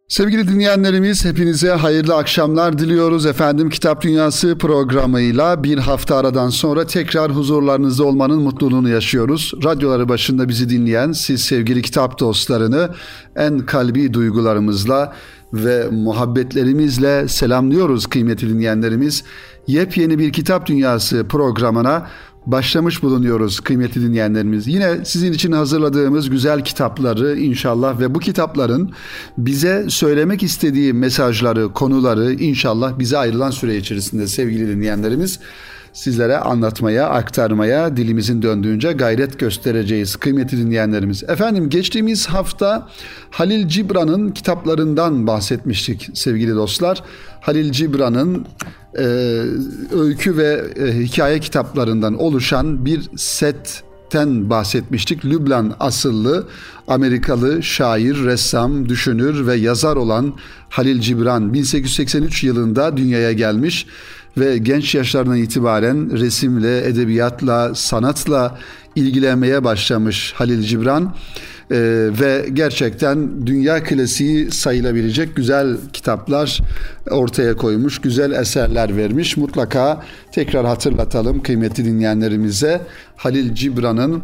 Sevgili dinleyenlerimiz, hepinize hayırlı akşamlar diliyoruz. Efendim, Kitap Dünyası programıyla bir hafta aradan sonra tekrar huzurlarınızda olmanın mutluluğunu yaşıyoruz. Radyoları başında bizi dinleyen siz sevgili kitap dostlarını en kalbi duygularımızla ve muhabbetlerimizle selamlıyoruz kıymetli dinleyenlerimiz. Yepyeni bir Kitap Dünyası programına başlamış bulunuyoruz kıymetli dinleyenlerimiz. Yine sizin için hazırladığımız güzel kitapları inşallah ve bu kitapların bize söylemek istediği mesajları, konuları inşallah bize ayrılan süre içerisinde sevgili dinleyenlerimiz sizlere anlatmaya, aktarmaya dilimizin döndüğünce gayret göstereceğiz kıymetli dinleyenlerimiz. Efendim, geçtiğimiz hafta Halil Cibran'ın kitaplarından bahsetmiştik sevgili dostlar. Halil Cibran'ın öykü ve hikaye kitaplarından oluşan bir setten bahsetmiştik. Lübnan asıllı Amerikalı şair, ressam, düşünür ve yazar olan Halil Cibran 1883 yılında dünyaya gelmiş ve genç yaşlarından itibaren resimle, edebiyatla, sanatla ilgilenmeye başlamış Halil Cibran. Ve gerçekten dünya klasiği sayılabilecek güzel kitaplar ortaya koymuş, güzel eserler vermiş. Mutlaka tekrar hatırlatalım kıymetli dinleyenlerimize Halil Cibran'ın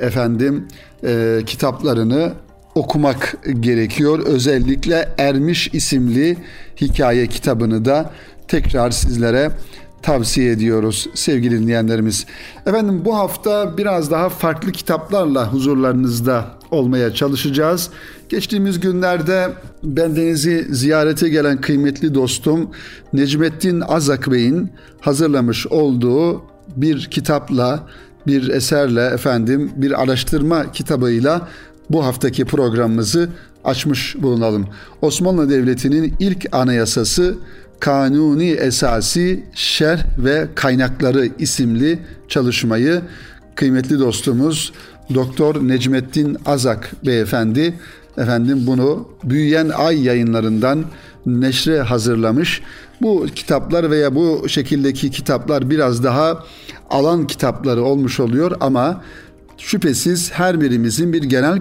kitaplarını okumak gerekiyor. Özellikle Ermiş isimli hikaye kitabını da tekrar sizlere tavsiye ediyoruz sevgili dinleyenlerimiz. Efendim, bu hafta biraz daha farklı kitaplarla huzurlarınızda olmaya çalışacağız. Geçtiğimiz günlerde bendenizi ziyarete gelen kıymetli dostum Necmettin Azak Bey'in hazırlamış olduğu bir kitapla, bir eserle, bir araştırma kitabıyla bu haftaki programımızı açmış bulunalım. Osmanlı Devleti'nin ilk anayasası Kanuni Esasi Şerh ve Kaynakları isimli çalışmayı kıymetli dostumuz Doktor Necmettin Azak Beyefendi bunu Büyüyen Ay yayınlarından neşre hazırlamış. Bu kitaplar veya bu şekildeki kitaplar biraz daha alan kitapları olmuş oluyor ama şüphesiz her birimizin bir genel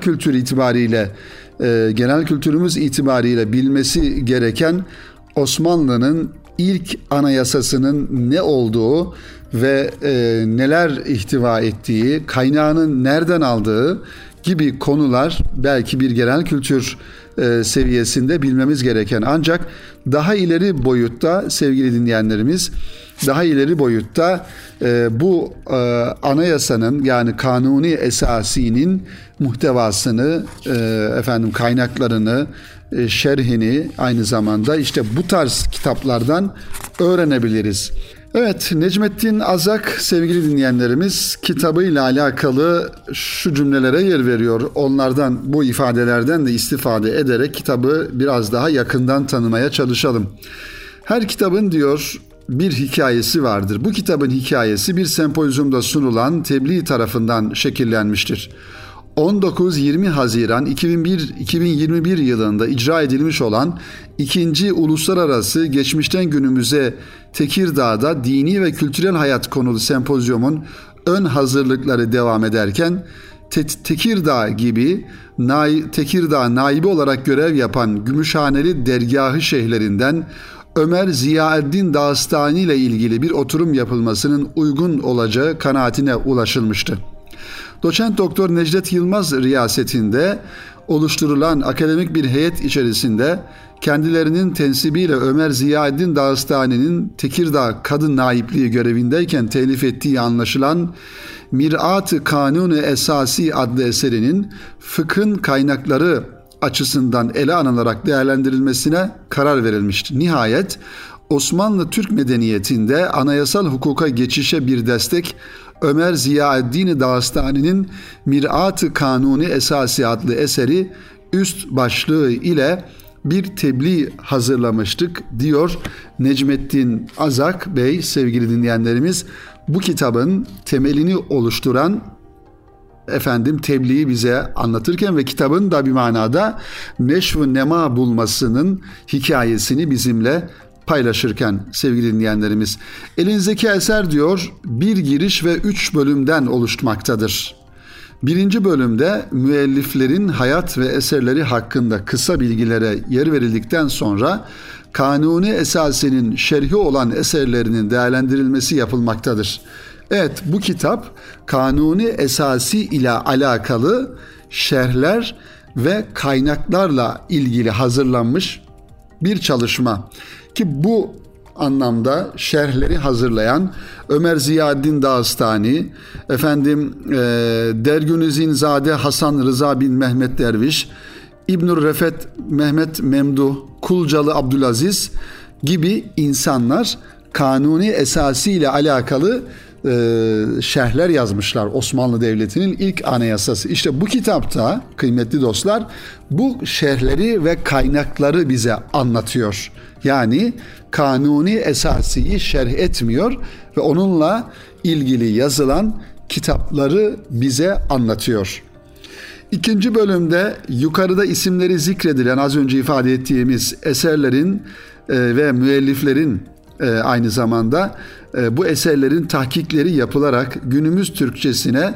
kültürümüz itibariyle bilmesi gereken Osmanlı'nın ilk anayasasının ne olduğu ve neler ihtiva ettiği, kaynağının nereden aldığı gibi konular belki bir genel kültür seviyesinde bilmemiz gereken, ancak daha ileri boyutta sevgili dinleyenlerimiz, bu anayasanın yani Kanuni Esasi'nin muhtevasını, kaynaklarını, şerhini aynı zamanda işte bu tarz kitaplardan öğrenebiliriz. Evet, Necmettin Azak sevgili dinleyenlerimiz kitabıyla alakalı şu cümlelere yer veriyor. Onlardan, bu ifadelerden de istifade ederek kitabı biraz daha yakından tanımaya çalışalım. Her kitabın diyor bir hikayesi vardır. Bu kitabın hikayesi bir sempozyumda sunulan tebliğ tarafından şekillenmiştir. 19-20 Haziran 2021 yılında icra edilmiş olan 2. Uluslararası Geçmişten Günümüze Tekirdağ'da dini ve kültürel hayat konulu sempozyumun ön hazırlıkları devam ederken Tekirdağ naibi olarak görev yapan Gümüşhaneli dergahı şeyhlerinden Ömer Ziyaeddin Dağıstani ile ilgili bir oturum yapılmasının uygun olacağı kanaatine ulaşılmıştı. Doçent Doktor Necdet Yılmaz riyasetinde oluşturulan akademik bir heyet içerisinde kendilerinin tensibiyle Ömer Ziyaeddin Dağıstani'nin Tekirdağ Kadın Naipliği görevindeyken telif ettiği anlaşılan Mirat-ı Kanuni Esasi adlı eserinin fıkhın kaynakları açısından ele alınarak değerlendirilmesine karar verilmişti. Nihayet Osmanlı Türk medeniyetinde anayasal hukuka geçişe bir destek Ömer Ziyaeddin Dağıstani'nin Mirat-ı Kanuni Esasi adlı eseri üst başlığı ile bir tebliğ hazırlamıştık diyor Necmettin Azak Bey sevgili dinleyenlerimiz. Bu kitabın temelini oluşturan tebliği bize anlatırken ve kitabın da bir manada neşv-ı nema bulmasının hikayesini bizimle paylaşırken sevgili dinleyenlerimiz, elinizdeki eser diyor bir giriş ve 3 bölümden oluşmaktadır. Birinci bölümde müelliflerin hayat ve eserleri hakkında kısa bilgilere yer verildikten sonra Kanuni Esasi'nin şerhi olan eserlerinin değerlendirilmesi yapılmaktadır. Evet, bu kitap Kanuni Esasi ile alakalı şerhler ve kaynaklarla ilgili hazırlanmış bir çalışma ki bu anlamda şerhleri hazırlayan Ömer Ziyaddin Dağıstani, Dergünüzinzade Hasan Rıza bin Mehmet Derviş, İbnül Refet Mehmet Memduh, Kulcalı Abdülaziz gibi insanlar Kanuni Esasi ile alakalı şerhler yazmışlar. Osmanlı Devleti'nin ilk anayasası. İşte bu kitapta kıymetli dostlar bu şerhleri ve kaynakları bize anlatıyor. Yani Kanuni Esasi'yi şerh etmiyor ve onunla ilgili yazılan kitapları bize anlatıyor. İkinci bölümde yukarıda isimleri zikredilen az önce ifade ettiğimiz eserlerin ve müelliflerin aynı zamanda bu eserlerin tahkikleri yapılarak günümüz Türkçesine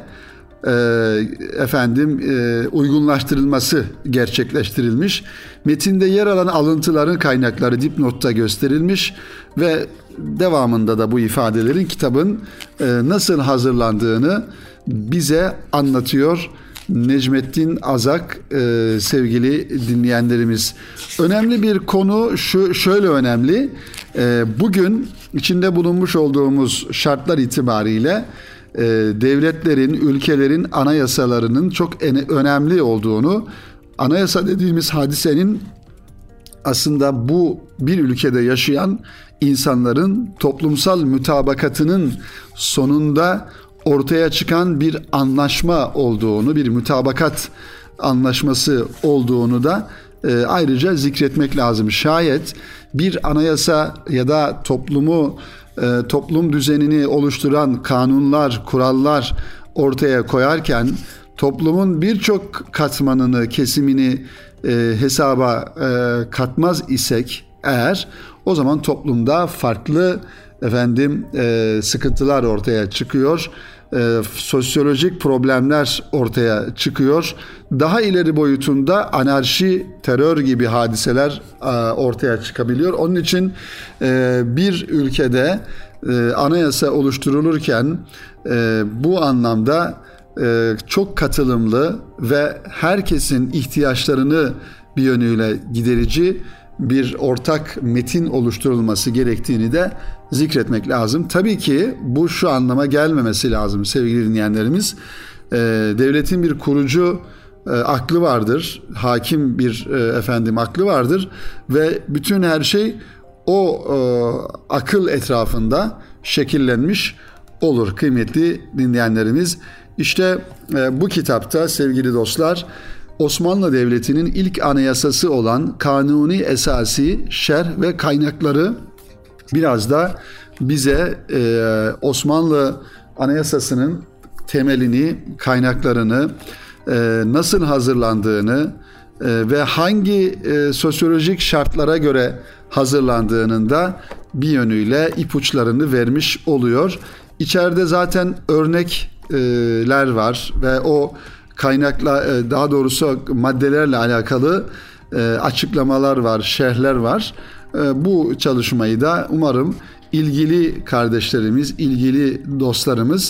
uygunlaştırılması gerçekleştirilmiş. Metinde yer alan alıntıların kaynakları dipnotta gösterilmiş ve devamında da bu ifadelerin kitabın nasıl hazırlandığını bize anlatıyor Necmettin Azak sevgili dinleyenlerimiz. Önemli bir konu şöyle önemli. Bugün içinde bulunmuş olduğumuz şartlar itibariyle devletlerin, ülkelerin anayasalarının çok önemli olduğunu, anayasa dediğimiz hadisenin aslında bu bir ülkede yaşayan insanların toplumsal mütabakatının sonunda ortaya çıkan bir anlaşma olduğunu, bir mütabakat anlaşması olduğunu da ayrıca zikretmek lazım. Şayet bir anayasa ya da toplum düzenini oluşturan kanunlar, kurallar ortaya koyarken toplumun birçok katmanını, kesimini hesaba katmaz isek eğer, o zaman toplumda farklı sıkıntılar ortaya çıkıyor. Sosyolojik problemler ortaya çıkıyor. Daha ileri boyutunda anarşi, terör gibi hadiseler ortaya çıkabiliyor. Onun için bir ülkede anayasa oluşturulurken bu anlamda çok katılımlı ve herkesin ihtiyaçlarını bir yönüyle giderici bir ortak metin oluşturulması gerektiğini de zikretmek lazım. Tabii ki bu şu anlama gelmemesi lazım sevgili dinleyenlerimiz. Devletin bir kurucu aklı vardır, hakim bir aklı vardır ve bütün her şey o akıl etrafında şekillenmiş olur kıymetli dinleyenlerimiz. İşte bu kitapta sevgili dostlar Osmanlı Devleti'nin ilk anayasası olan Kanuni Esasi şerh ve kaynakları biraz da bize Osmanlı Anayasası'nın temelini, kaynaklarını, nasıl hazırlandığını ve hangi sosyolojik şartlara göre hazırlandığının da bir yönüyle ipuçlarını vermiş oluyor. İçeride zaten örnekler var ve o kaynakla, daha doğrusu maddelerle alakalı açıklamalar var, şerhler var. Bu çalışmayı da umarım ilgili kardeşlerimiz, ilgili dostlarımız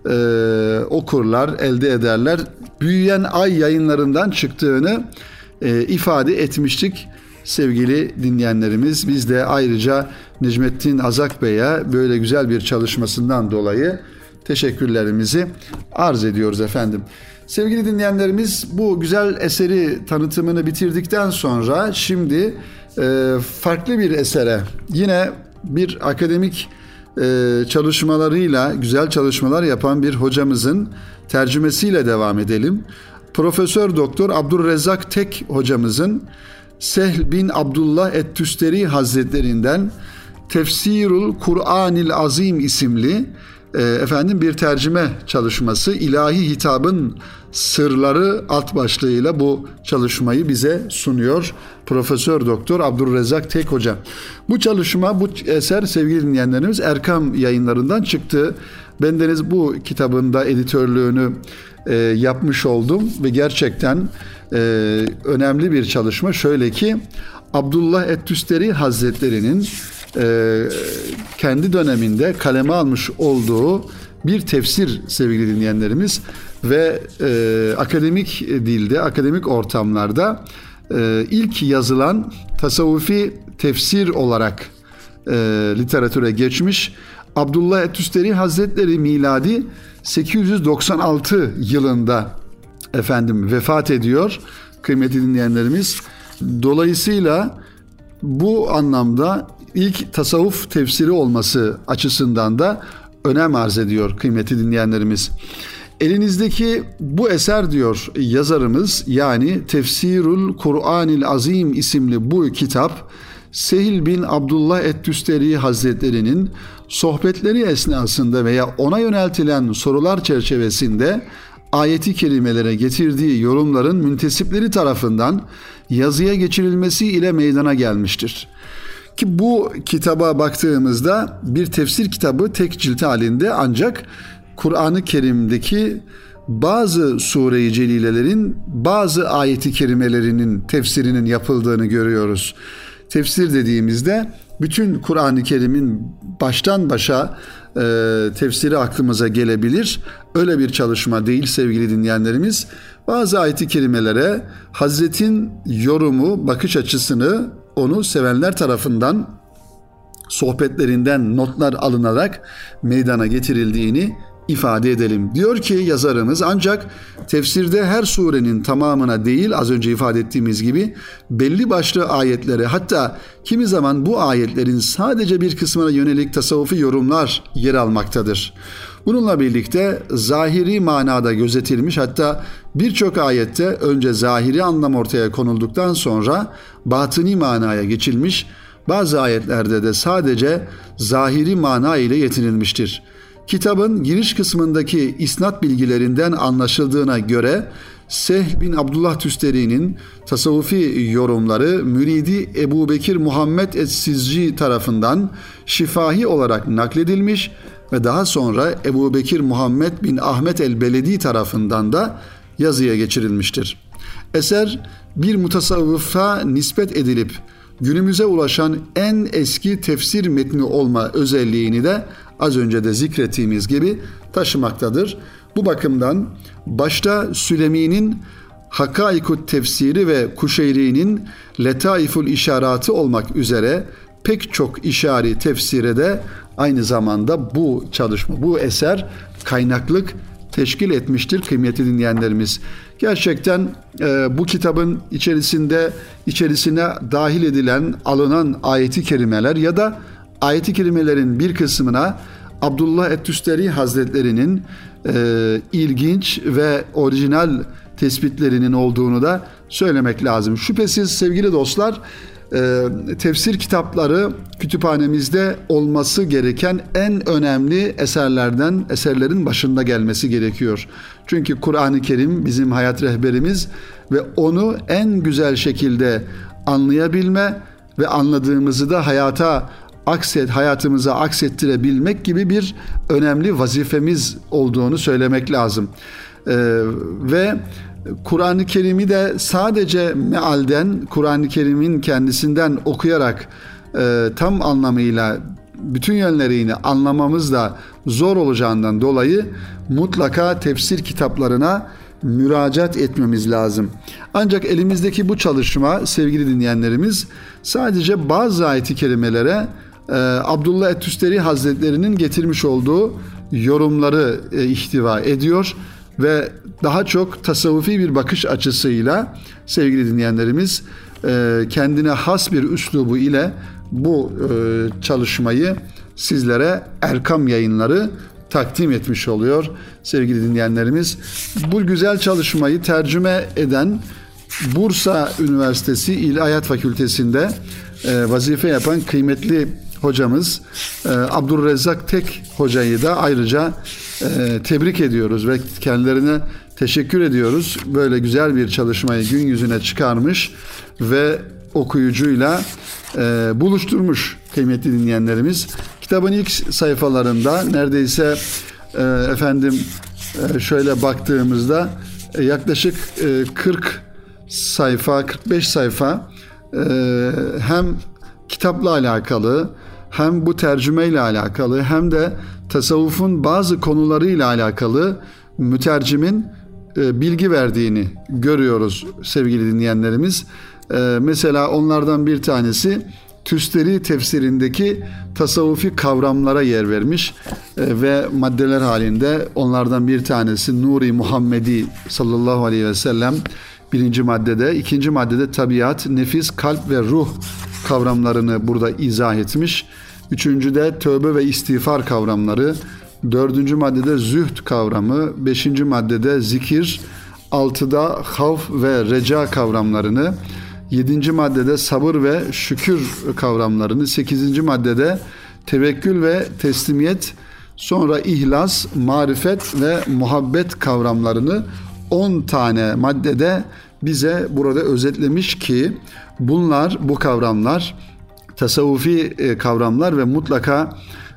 okurlar, elde ederler. Büyüyen Ay yayınlarından çıktığını ifade etmiştik sevgili dinleyenlerimiz. Biz de ayrıca Necmettin Azak Bey'e böyle güzel bir çalışmasından dolayı teşekkürlerimizi arz ediyoruz efendim. Sevgili dinleyenlerimiz, bu güzel eseri tanıtımını bitirdikten sonra şimdi farklı bir esere, yine bir akademik çalışmalarıyla güzel çalışmalar yapan bir hocamızın tercümesiyle devam edelim. Profesör Doktor Abdurrezzak Tek hocamızın Sehl bin Abdullah et-Tüsteri Hazretlerinden Tefsirul Kur'anil Azim isimli bir tercüme çalışması, ilahi hitabın sırları alt başlığıyla bu çalışmayı bize sunuyor Profesör Doktor Abdurrezzak Tek Hoca. Bu çalışma, bu eser sevgili dinleyenlerimiz Erkam Yayınlarından çıktı. Bendeniz bu kitabın da editörlüğünü yapmış oldum ve gerçekten önemli bir çalışma. Şöyle ki Abdullah Et-Tüsteri Hazretleri'nin kendi döneminde kaleme almış olduğu bir tefsir sevgili dinleyenlerimiz ve akademik dilde, akademik ortamlarda ilk yazılan tasavvufi tefsir olarak literatüre geçmiş. Abdullah Et-Tüsteri Hazretleri miladi 896 yılında vefat ediyor kıymetli dinleyenlerimiz. Dolayısıyla bu anlamda ilk tasavvuf tefsiri olması açısından da önem arz ediyor kıymetli dinleyenlerimiz. Elinizdeki bu eser diyor yazarımız, yani Tefsirul Kur'anil Azim isimli bu kitap, Sehil bin Abdullah Et-Tüsteri Hazretleri'nin sohbetleri esnasında veya ona yöneltilen sorular çerçevesinde ayeti kerimelere getirdiği yorumların müntesipleri tarafından yazıya geçirilmesi ile meydana gelmiştir. Ki bu kitaba baktığımızda bir tefsir kitabı tek cilt halinde, ancak Kur'an-ı Kerim'deki bazı sure-i celilelerin bazı ayeti kerimelerinin tefsirinin yapıldığını görüyoruz. Tefsir dediğimizde bütün Kur'an-ı Kerim'in baştan başa tefsiri aklımıza gelebilir. Öyle bir çalışma değil sevgili dinleyenlerimiz. Bazı ayet-i kerimelere Hazret'in yorumu, bakış açısını onu sevenler tarafından sohbetlerinden notlar alınarak meydana getirildiğini ifade edelim. Diyor ki yazarımız, ancak tefsirde her surenin tamamına değil, az önce ifade ettiğimiz gibi belli başlı ayetlere, hatta kimi zaman bu ayetlerin sadece bir kısmına yönelik tasavvufi yorumlar yer almaktadır. Bununla birlikte zahiri manada gözetilmiş, hatta birçok ayette önce zahiri anlam ortaya konulduktan sonra batıni manaya geçilmiş, bazı ayetlerde de sadece zahiri mana ile yetinilmiştir. Kitabın giriş kısmındaki isnat bilgilerinden anlaşıldığına göre Sehl bin Abdullah Tüsteri'nin tasavvufi yorumları müridi Ebu Bekir Muhammed Es-Sizci tarafından şifahi olarak nakledilmiş ve daha sonra Ebu Bekir Muhammed bin Ahmet el-Beledi tarafından da yazıya geçirilmiştir. Eser bir mutasavvıfa nispet edilip günümüze ulaşan en eski tefsir metni olma özelliğini de az önce de zikrettiğimiz gibi taşımaktadır. Bu bakımdan başta Sülemi'nin Hakaikut tefsiri ve Kuşeyri'nin Letaiful işaratı olmak üzere pek çok işari tefsire de aynı zamanda bu çalışma, bu eser kaynaklık teşkil etmiştir kıymetli dinleyenlerimiz. Gerçekten bu kitabın içerisine dahil edilen, alınan ayeti kerimeler ya da ayeti kerimelerin bir kısmına Abdullah Et-Tüsteri Hazretleri'nin ilginç ve orijinal tespitlerinin olduğunu da söylemek lazım. Şüphesiz sevgili dostlar, tefsir kitapları kütüphanemizde olması gereken en önemli eserlerin başında gelmesi gerekiyor. Çünkü Kur'an-ı Kerim bizim hayat rehberimiz ve onu en güzel şekilde anlayabilme ve anladığımızı da hayatımıza aksettirebilmek gibi bir önemli vazifemiz olduğunu söylemek lazım. Ve Kur'an-ı Kerim'i de sadece mealden, Kur'an-ı Kerim'in kendisinden okuyarak tam anlamıyla bütün yönleriyle anlamamız da zor olacağından dolayı mutlaka tefsir kitaplarına müracaat etmemiz lazım. Ancak elimizdeki bu çalışma sevgili dinleyenlerimiz sadece bazı ayet-i kerimelere Abdullah Et-Tüsteri Hazretleri'nin getirmiş olduğu yorumları ihtiva ediyor ve daha çok tasavvufi bir bakış açısıyla sevgili dinleyenlerimiz kendine has bir üslubu ile bu çalışmayı sizlere Erkam Yayınları takdim etmiş oluyor sevgili dinleyenlerimiz. Bu güzel çalışmayı tercüme eden Bursa Üniversitesi İlahiyat Fakültesi'nde vazife yapan kıymetli hocamız Abdurrezzak Tek hocayı da ayrıca tebrik ediyoruz ve kendilerine teşekkür ediyoruz. Böyle güzel bir çalışmayı gün yüzüne çıkarmış ve okuyucuyla buluşturmuş kıymetli dinleyenlerimiz. Kitabın ilk sayfalarında neredeyse şöyle baktığımızda yaklaşık 40 sayfa, 45 sayfa hem kitapla alakalı, hem bu tercümeyle alakalı, hem de tasavvufun bazı konularıyla alakalı mütercimin bilgi verdiğini görüyoruz sevgili dinleyenlerimiz. Mesela onlardan bir tanesi Tüsteri tefsirindeki tasavvufi kavramlara yer vermiş ve maddeler halinde onlardan bir tanesi Nuri Muhammedi sallallahu aleyhi ve sellem birinci maddede, ikinci maddede tabiat, nefis, kalp ve ruh kavramlarını burada izah etmiş. Üçüncüde tövbe ve istiğfar kavramları, dördüncü maddede zühd kavramı, beşinci maddede zikir, altıda havf ve reca kavramlarını, 7. maddede sabır ve şükür kavramlarını, 8. maddede tevekkül ve teslimiyet, sonra ihlas, marifet ve muhabbet kavramlarını 10 tane maddede bize burada özetlemiş ki bu kavramlar tasavvufi kavramlar ve mutlaka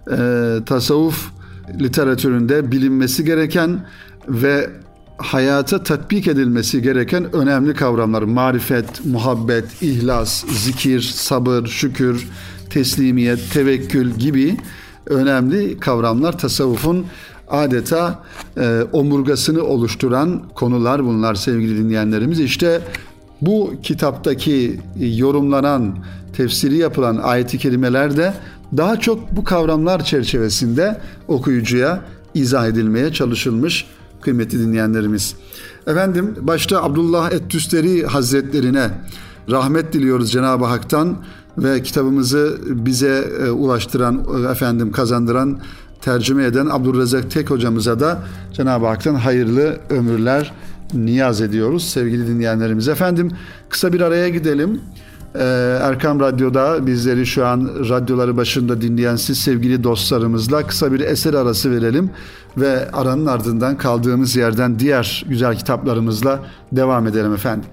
tasavvuf literatüründe bilinmesi gereken ve hayata tatbik edilmesi gereken önemli kavramlar. Marifet, muhabbet, ihlas, zikir, sabır, şükür, teslimiyet, tevekkül gibi önemli kavramlar tasavvufun adeta omurgasını oluşturan konular bunlar sevgili dinleyenlerimiz. İşte bu kitaptaki yorumlanan, tefsiri yapılan ayet-i kerimeler de daha çok bu kavramlar çerçevesinde okuyucuya izah edilmeye çalışılmış kıymetli dinleyenlerimiz. Efendim başta Abdullah et-Tüsteri Hazretlerine rahmet diliyoruz Cenab-ı Hak'tan ve kitabımızı bize ulaştıran, kazandıran, tercüme eden Abdurrezzak Tek hocamıza da Cenab-ı Hak'tan hayırlı ömürler niyaz ediyoruz sevgili dinleyenlerimiz. Efendim kısa bir araya gidelim. Erkam Radyo'da bizleri şu an radyoları başında dinleyen siz sevgili dostlarımızla kısa bir eser arası verelim ve aranın ardından kaldığımız yerden diğer güzel kitaplarımızla devam edelim efendim.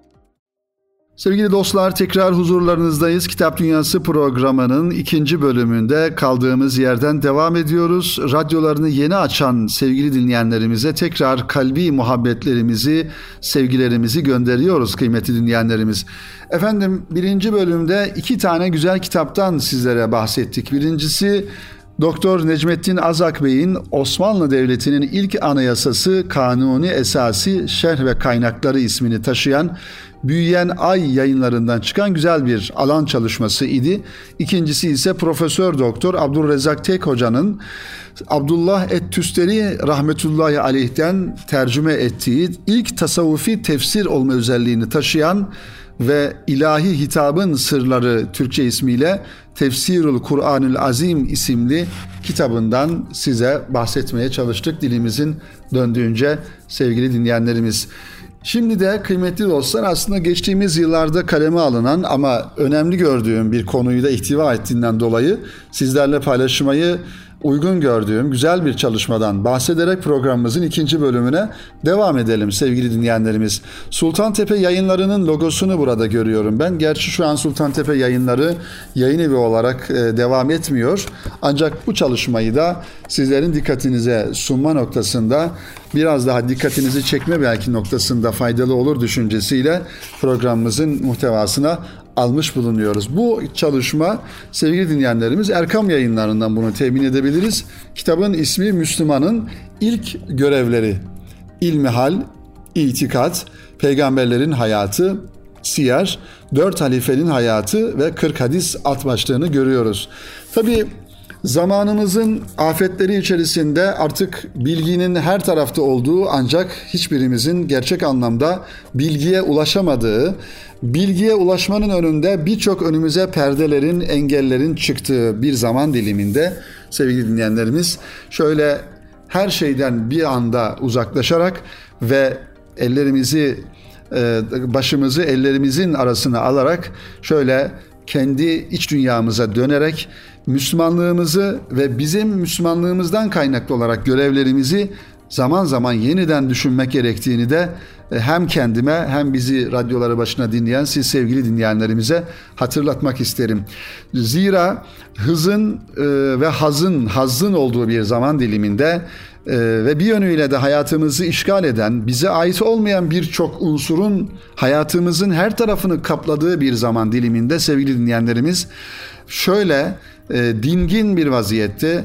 Sevgili dostlar, tekrar huzurlarınızdayız. Kitap Dünyası programının 2. bölümünde kaldığımız yerden devam ediyoruz. Radyolarını yeni açan sevgili dinleyenlerimize tekrar kalbi muhabbetlerimizi, sevgilerimizi gönderiyoruz kıymetli dinleyenlerimiz. Efendim 1. bölümde 2 tane güzel kitaptan sizlere bahsettik. Birincisi Doktor Necmettin Azak Bey'in Osmanlı Devleti'nin ilk anayasası Kanuni Esası Şerh ve Kaynakları ismini taşıyan Büyüyen Ay yayınlarından çıkan güzel bir alan çalışması idi. İkincisi ise Profesör Doktor Abdurrezzak Tek Hoca'nın Abdullah et-Tüsteri rahmetullahi aleyh'ten tercüme ettiği ilk tasavvufi tefsir olma özelliğini taşıyan ve İlahi Hitabın Sırları Türkçe ismiyle Tefsirul Kur'anül Azim isimli kitabından size bahsetmeye çalıştık dilimizin döndüğünce sevgili dinleyenlerimiz. Şimdi de kıymetli dostlar aslında geçtiğimiz yıllarda kaleme alınan ama önemli gördüğüm bir konuyu da ihtiva ettiğinden dolayı sizlerle paylaşmayı uygun gördüğüm güzel bir çalışmadan bahsederek programımızın 2. bölümüne devam edelim sevgili dinleyenlerimiz. Sultantepe Yayınları'nın logosunu burada görüyorum ben. Gerçi şu an Sultantepe Yayınları yayın evi olarak devam etmiyor. Ancak bu çalışmayı da sizlerin dikkatinize sunma noktasında biraz daha dikkatinizi çekme belki noktasında faydalı olur düşüncesiyle programımızın muhtevasına almış bulunuyoruz. Bu çalışma sevgili dinleyenlerimiz Erkam Yayınları'ndan bunu temin edebiliriz. Kitabın ismi Müslümanın İlk Görevleri. İlmihal, İtikat, Peygamberlerin Hayatı, Siyer, 4 Halifenin Hayatı ve 40 Hadis alt başlığını görüyoruz. Tabii zamanımızın afetleri içerisinde artık bilginin her tarafta olduğu ancak hiçbirimizin gerçek anlamda bilgiye ulaşamadığı, bilgiye ulaşmanın önünde birçok önümüze perdelerin, engellerin çıktığı bir zaman diliminde sevgili dinleyenlerimiz şöyle her şeyden bir anda uzaklaşarak ve başımızı ellerimizin arasına alarak şöyle kendi iç dünyamıza dönerek Müslümanlığımızı ve bizim Müslümanlığımızdan kaynaklı olarak görevlerimizi zaman zaman yeniden düşünmek gerektiğini de hem kendime hem bizi radyoları başına dinleyen siz sevgili dinleyenlerimize hatırlatmak isterim. Zira hızın ve hazzın olduğu bir zaman diliminde ve bir yönüyle de hayatımızı işgal eden, bize ait olmayan birçok unsurun hayatımızın her tarafını kapladığı bir zaman diliminde sevgili dinleyenlerimiz şöyle dingin bir vaziyette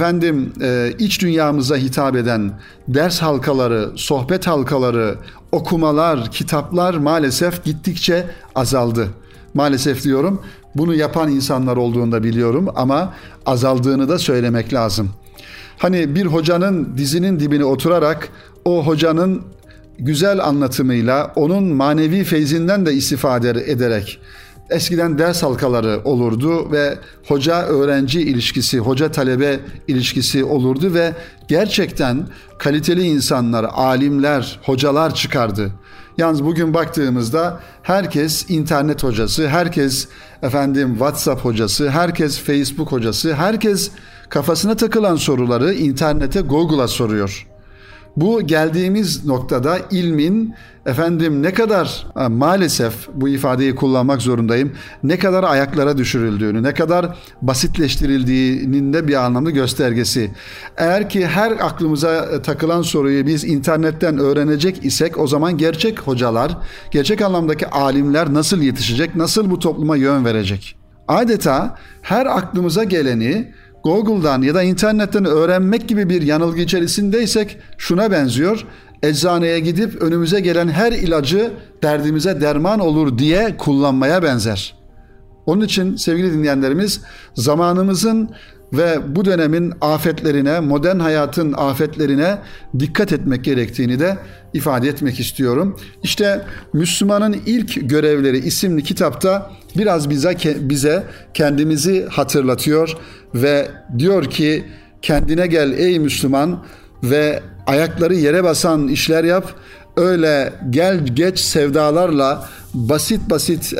iç dünyamıza hitap eden ders halkaları, sohbet halkaları, okumalar, kitaplar maalesef gittikçe azaldı. Maalesef diyorum, bunu yapan insanlar olduğunu da biliyorum ama azaldığını da söylemek lazım. Hani bir hocanın dizinin dibine oturarak o hocanın güzel anlatımıyla onun manevi feyzinden de istifade ederek eskiden ders halkaları olurdu ve hoca-öğrenci ilişkisi, hoca-talebe ilişkisi olurdu ve gerçekten kaliteli insanlar, alimler, hocalar çıkardı. Yalnız bugün baktığımızda herkes internet hocası, herkes WhatsApp hocası, herkes Facebook hocası, herkes kafasına takılan soruları internete, Google'a soruyor. Bu geldiğimiz noktada ilmin ne kadar maalesef bu ifadeyi kullanmak zorundayım, ne kadar ayaklara düşürüldüğünü, ne kadar basitleştirildiğinin de bir anlamda göstergesi. Eğer ki her aklımıza takılan soruyu biz internetten öğrenecek isek o zaman gerçek hocalar, gerçek anlamdaki alimler nasıl yetişecek, nasıl bu topluma yön verecek? Adeta her aklımıza geleni Google'dan ya da internetten öğrenmek gibi bir yanılgı içerisindeysek şuna benziyor. Eczaneye gidip önümüze gelen her ilacı derdimize derman olur diye kullanmaya benzer. Onun için sevgili dinleyenlerimiz zamanımızın ve bu dönemin afetlerine, modern hayatın afetlerine dikkat etmek gerektiğini de ifade etmek istiyorum. İşte Müslümanın İlk Görevleri isimli kitapta biraz bize kendimizi hatırlatıyor ve diyor ki kendine gel ey Müslüman ve ayakları yere basan işler yap. Öyle gel geç sevdalarla basit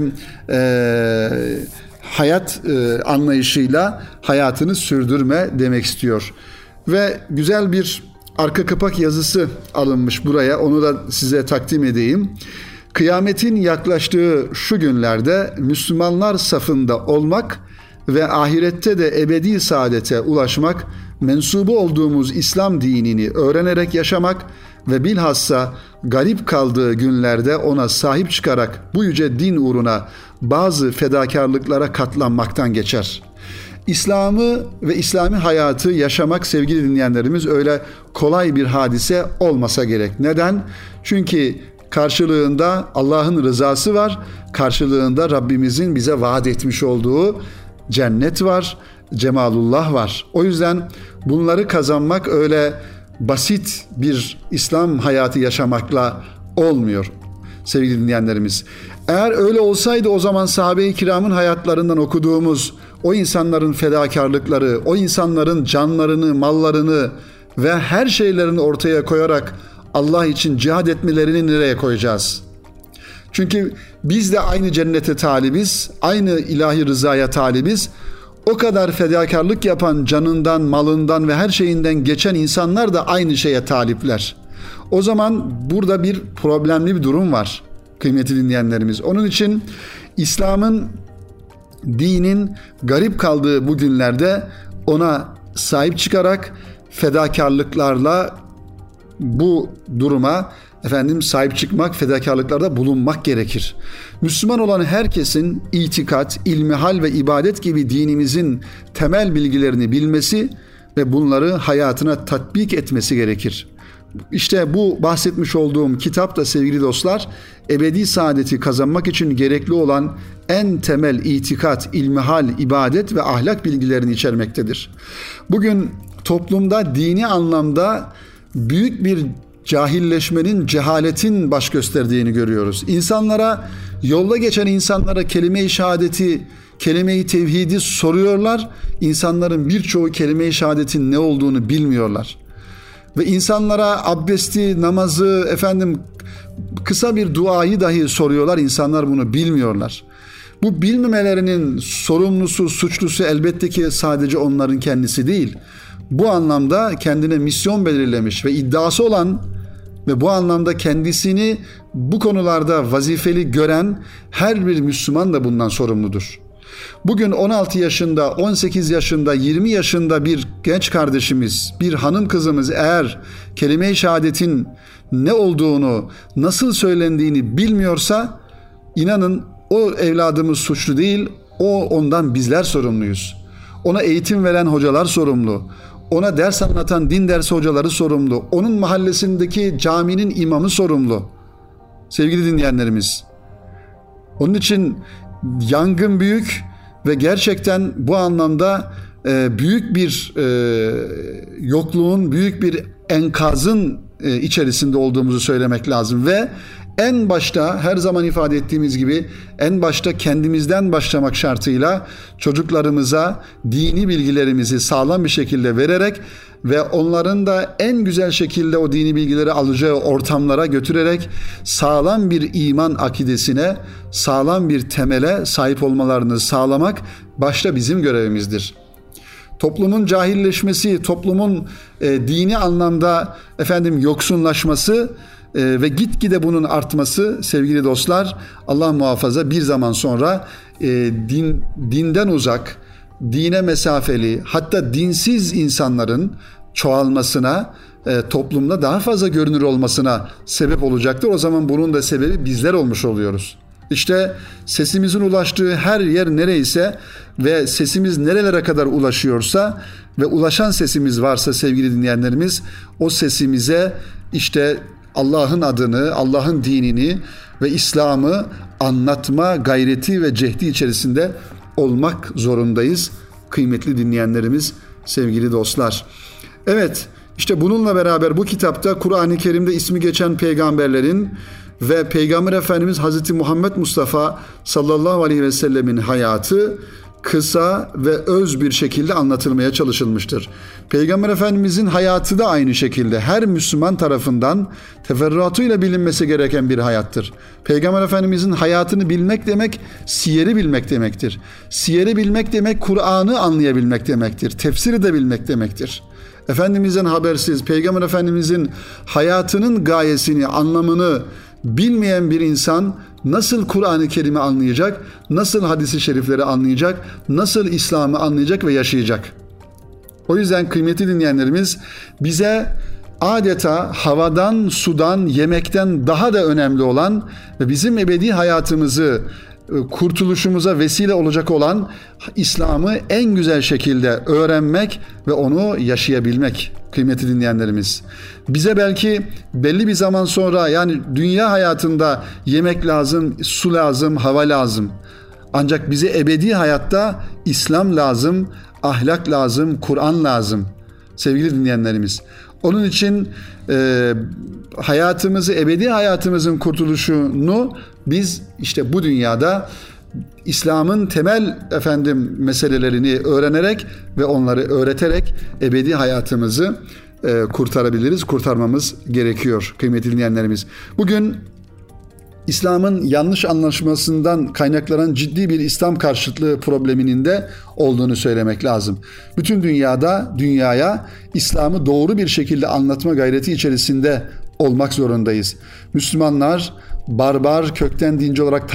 hayat anlayışıyla hayatını sürdürme demek istiyor. Ve güzel bir arka kapak yazısı alınmış buraya. Onu da size takdim edeyim. Kıyametin yaklaştığı şu günlerde Müslümanlar safında olmak ve ahirette de ebedi saadete ulaşmak, mensubu olduğumuz İslam dinini öğrenerek yaşamak ve bilhassa garip kaldığı günlerde ona sahip çıkarak bu yüce din uğruna bazı fedakarlıklara katlanmaktan geçer. İslam'ı ve İslami hayatı yaşamak sevgili dinleyenlerimiz öyle kolay bir hadise olmasa gerek. Neden? Çünkü karşılığında Allah'ın rızası var, karşılığında Rabbimizin bize vaat etmiş olduğu cennet var, cemalullah var. O yüzden bunları kazanmak öyle basit bir İslam hayatı yaşamakla olmuyor sevgili dinleyenlerimiz. Eğer öyle olsaydı o zaman sahabe-i kiramın hayatlarından okuduğumuz o insanların fedakarlıkları, o insanların canlarını, mallarını ve her şeylerini ortaya koyarak Allah için cihad etmelerini nereye koyacağız? Çünkü biz de aynı cennete talibiz, aynı ilahi rızaya talibiz. O kadar fedakarlık yapan, canından, malından ve her şeyinden geçen insanlar da aynı şeye talipler. O zaman burada bir problemli bir durum var kıymetli dinleyenlerimiz. Onun için İslam'ın, dinin garip kaldığı bu günlerde ona sahip çıkarak fedakarlıklarla bu duruma sahip çıkmak, fedakarlıklarda bulunmak gerekir. Müslüman olan herkesin itikat, ilmihal ve ibadet gibi dinimizin temel bilgilerini bilmesi ve bunları hayatına tatbik etmesi gerekir. İşte bu bahsetmiş olduğum kitap da sevgili dostlar, ebedi saadeti kazanmak için gerekli olan en temel itikat, ilmihal, ibadet ve ahlak bilgilerini içermektedir. Bugün toplumda dini anlamda büyük bir cahilleşmenin, cehaletin baş gösterdiğini görüyoruz. İnsanlara, yolda geçen insanlara kelime-i şehadeti, kelime-i tevhidi soruyorlar. İnsanların birçoğu kelime-i şehadetin ne olduğunu bilmiyorlar. Ve insanlara abdesti, namazı, kısa bir duayı dahi soruyorlar. İnsanlar bunu bilmiyorlar. Bu bilmemelerinin sorumlusu, suçlusu elbette ki sadece onların kendisi değil. Bu anlamda kendine misyon belirlemiş ve iddiası olan ve bu anlamda kendisini bu konularda vazifeli gören her bir Müslüman da bundan sorumludur. Bugün 16 yaşında, 18 yaşında, 20 yaşında bir genç kardeşimiz, bir hanım kızımız eğer kelime-i şehadetin ne olduğunu, nasıl söylendiğini bilmiyorsa, inanın o evladımız suçlu değil, ondan bizler sorumluyuz. Ona eğitim veren hocalar sorumlu. Ona ders anlatan din dersi hocaları sorumlu. Onun mahallesindeki caminin imamı sorumlu. Sevgili dinleyenlerimiz. Onun için yangın büyük ve gerçekten bu anlamda büyük bir yokluğun, büyük bir enkazın içerisinde olduğumuzu söylemek lazım ve en başta her zaman ifade ettiğimiz gibi en başta kendimizden başlamak şartıyla çocuklarımıza dini bilgilerimizi sağlam bir şekilde vererek ve onların da en güzel şekilde o dini bilgileri alacağı ortamlara götürerek sağlam bir iman akidesine, sağlam bir temele sahip olmalarını sağlamak başta bizim görevimizdir. Toplumun cahilleşmesi, toplumun dini anlamda yoksunlaşması ve gitgide bunun artması sevgili dostlar, Allah muhafaza bir zaman sonra dinden uzak, dine mesafeli, hatta dinsiz insanların çoğalmasına, toplumda daha fazla görünür olmasına sebep olacaktır. O zaman bunun da sebebi bizler olmuş oluyoruz. İşte sesimizin ulaştığı her yer nereyse ve sesimiz nerelere kadar ulaşıyorsa ve ulaşan sesimiz varsa sevgili dinleyenlerimiz, o sesimize işte Allah'ın adını, Allah'ın dinini ve İslam'ı anlatma gayreti ve cehdi içerisinde olmak zorundayız. Kıymetli dinleyenlerimiz, sevgili dostlar. Evet, işte bununla beraber bu kitapta Kur'an-ı Kerim'de ismi geçen peygamberlerin ve Peygamber Efendimiz Hazreti Muhammed Mustafa sallallahu aleyhi ve sellemin hayatı kısa ve öz bir şekilde anlatılmaya çalışılmıştır. Peygamber Efendimizin hayatı da aynı şekilde her Müslüman tarafından teferruatıyla bilinmesi gereken bir hayattır. Peygamber Efendimizin hayatını bilmek demek, siyeri bilmek demektir. Siyeri bilmek demek, Kur'an'ı anlayabilmek demektir. Tefsiri de bilmek demektir. Efendimizden habersiz, Peygamber Efendimizin hayatının gayesini, anlamını bilmeyen bir insan nasıl Kur'an-ı Kerim'i anlayacak, nasıl hadis-i şerifleri anlayacak, nasıl İslam'ı anlayacak ve yaşayacak? O yüzden kıymetli dinleyenlerimiz, bize adeta havadan, sudan, yemekten daha da önemli olan ve bizim ebedi hayatımızı, kurtuluşumuza vesile olacak olan İslam'ı en güzel şekilde öğrenmek ve onu yaşayabilmek kıymetli dinleyenlerimiz. Bize belki belli bir zaman sonra, yani dünya hayatında yemek lazım, su lazım, hava lazım. Ancak bize ebedi hayatta İslam lazım, ahlak lazım, Kur'an lazım sevgili dinleyenlerimiz. Onun için hayatımızı, ebedi hayatımızın kurtuluşunu biz işte bu dünyada İslam'ın temel meselelerini öğrenerek ve onları öğreterek ebedi hayatımızı kurtarabiliriz, kurtarmamız gerekiyor kıymetli dinleyenlerimiz. Bugün İslam'ın yanlış anlaşmasından kaynaklanan ciddi bir İslam karşıtlığı probleminin de olduğunu söylemek lazım. Bütün dünyaya İslam'ı doğru bir şekilde anlatma gayreti içerisinde olmak zorundayız. Müslümanlar barbar, kökten dinci olarak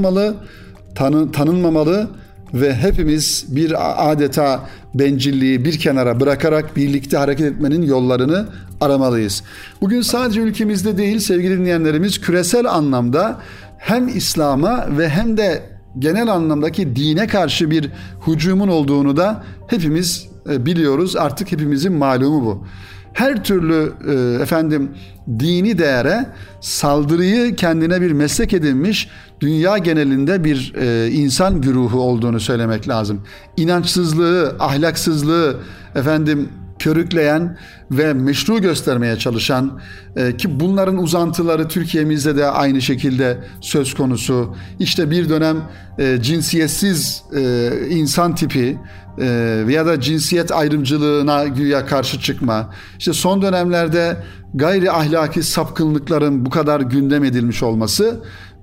tanınmamalı ve hepimiz bir adeta bencilliği bir kenara bırakarak birlikte hareket etmenin yollarını aramalıyız. Bugün sadece ülkemizde değil sevgili dinleyenlerimiz, küresel anlamda hem İslam'a ve hem de genel anlamdaki dine karşı bir hücumun olduğunu da hepimiz biliyoruz. Artık hepimizin malumu bu. Her türlü dini değere saldırıyı kendine bir meslek edinmiş dünya genelinde bir insan güruhu olduğunu söylemek lazım. İnançsızlığı, ahlaksızlığı körükleyen ve meşru göstermeye çalışan ki bunların uzantıları Türkiye'mizde de aynı şekilde söz konusu. İşte bir dönem cinsiyetsiz insan tipi veya da cinsiyet ayrımcılığına güya karşı çıkma. İşte son dönemlerde gayri ahlaki sapkınlıkların bu kadar gündem edilmiş olması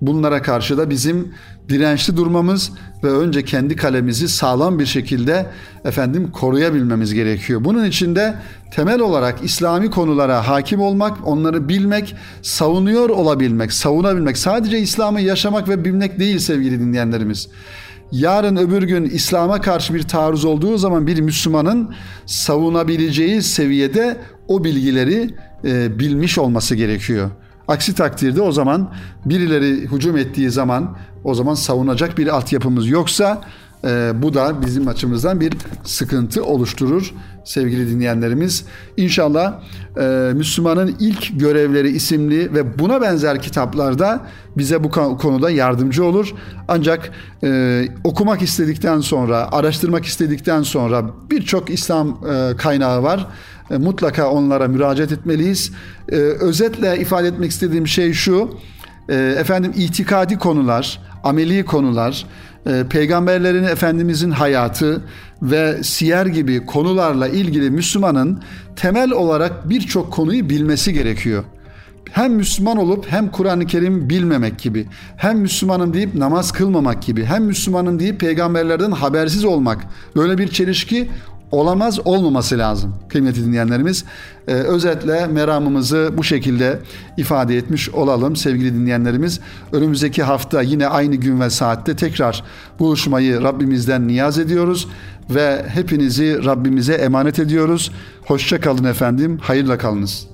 Bunlara karşı da bizim dirençli durmamız ve önce kendi kalemizi sağlam bir şekilde koruyabilmemiz gerekiyor. Bunun için de temel olarak İslami konulara hakim olmak, onları bilmek, savunuyor olabilmek, savunabilmek, sadece İslam'ı yaşamak ve bilmek değil sevgili dinleyenlerimiz. Yarın öbür gün İslam'a karşı bir taarruz olduğu zaman bir Müslümanın savunabileceği seviyede o bilgileri bilmiş olması gerekiyor. Aksi takdirde o zaman birileri hücum ettiği zaman o zaman savunacak bir altyapımız yoksa bu da bizim açımızdan bir sıkıntı oluşturur sevgili dinleyenlerimiz. İnşallah Müslümanın İlk Görevleri isimli ve buna benzer kitaplarda bize bu konuda yardımcı olur. Ancak okumak istedikten sonra, araştırmak istedikten sonra birçok İslam kaynağı var. Mutlaka onlara müracaat etmeliyiz. Özetle ifade etmek istediğim şey şu: itikadi konular, ameli konular, peygamberlerin, Efendimizin hayatı ve siyer gibi konularla ilgili Müslümanın temel olarak birçok konuyu bilmesi gerekiyor. Hem Müslüman olup hem Kur'an-ı Kerim bilmemek gibi, hem Müslümanım deyip namaz kılmamak gibi, hem Müslümanım deyip peygamberlerden habersiz olmak, böyle bir çelişki olamaz, olmaması lazım kıymetli dinleyenlerimiz. Özetle meramımızı bu şekilde ifade etmiş olalım sevgili dinleyenlerimiz. Önümüzdeki hafta yine aynı gün ve saatte tekrar buluşmayı Rabbimizden niyaz ediyoruz ve hepinizi Rabbimize emanet ediyoruz. Hoşça kalın efendim, hayırla kalınız.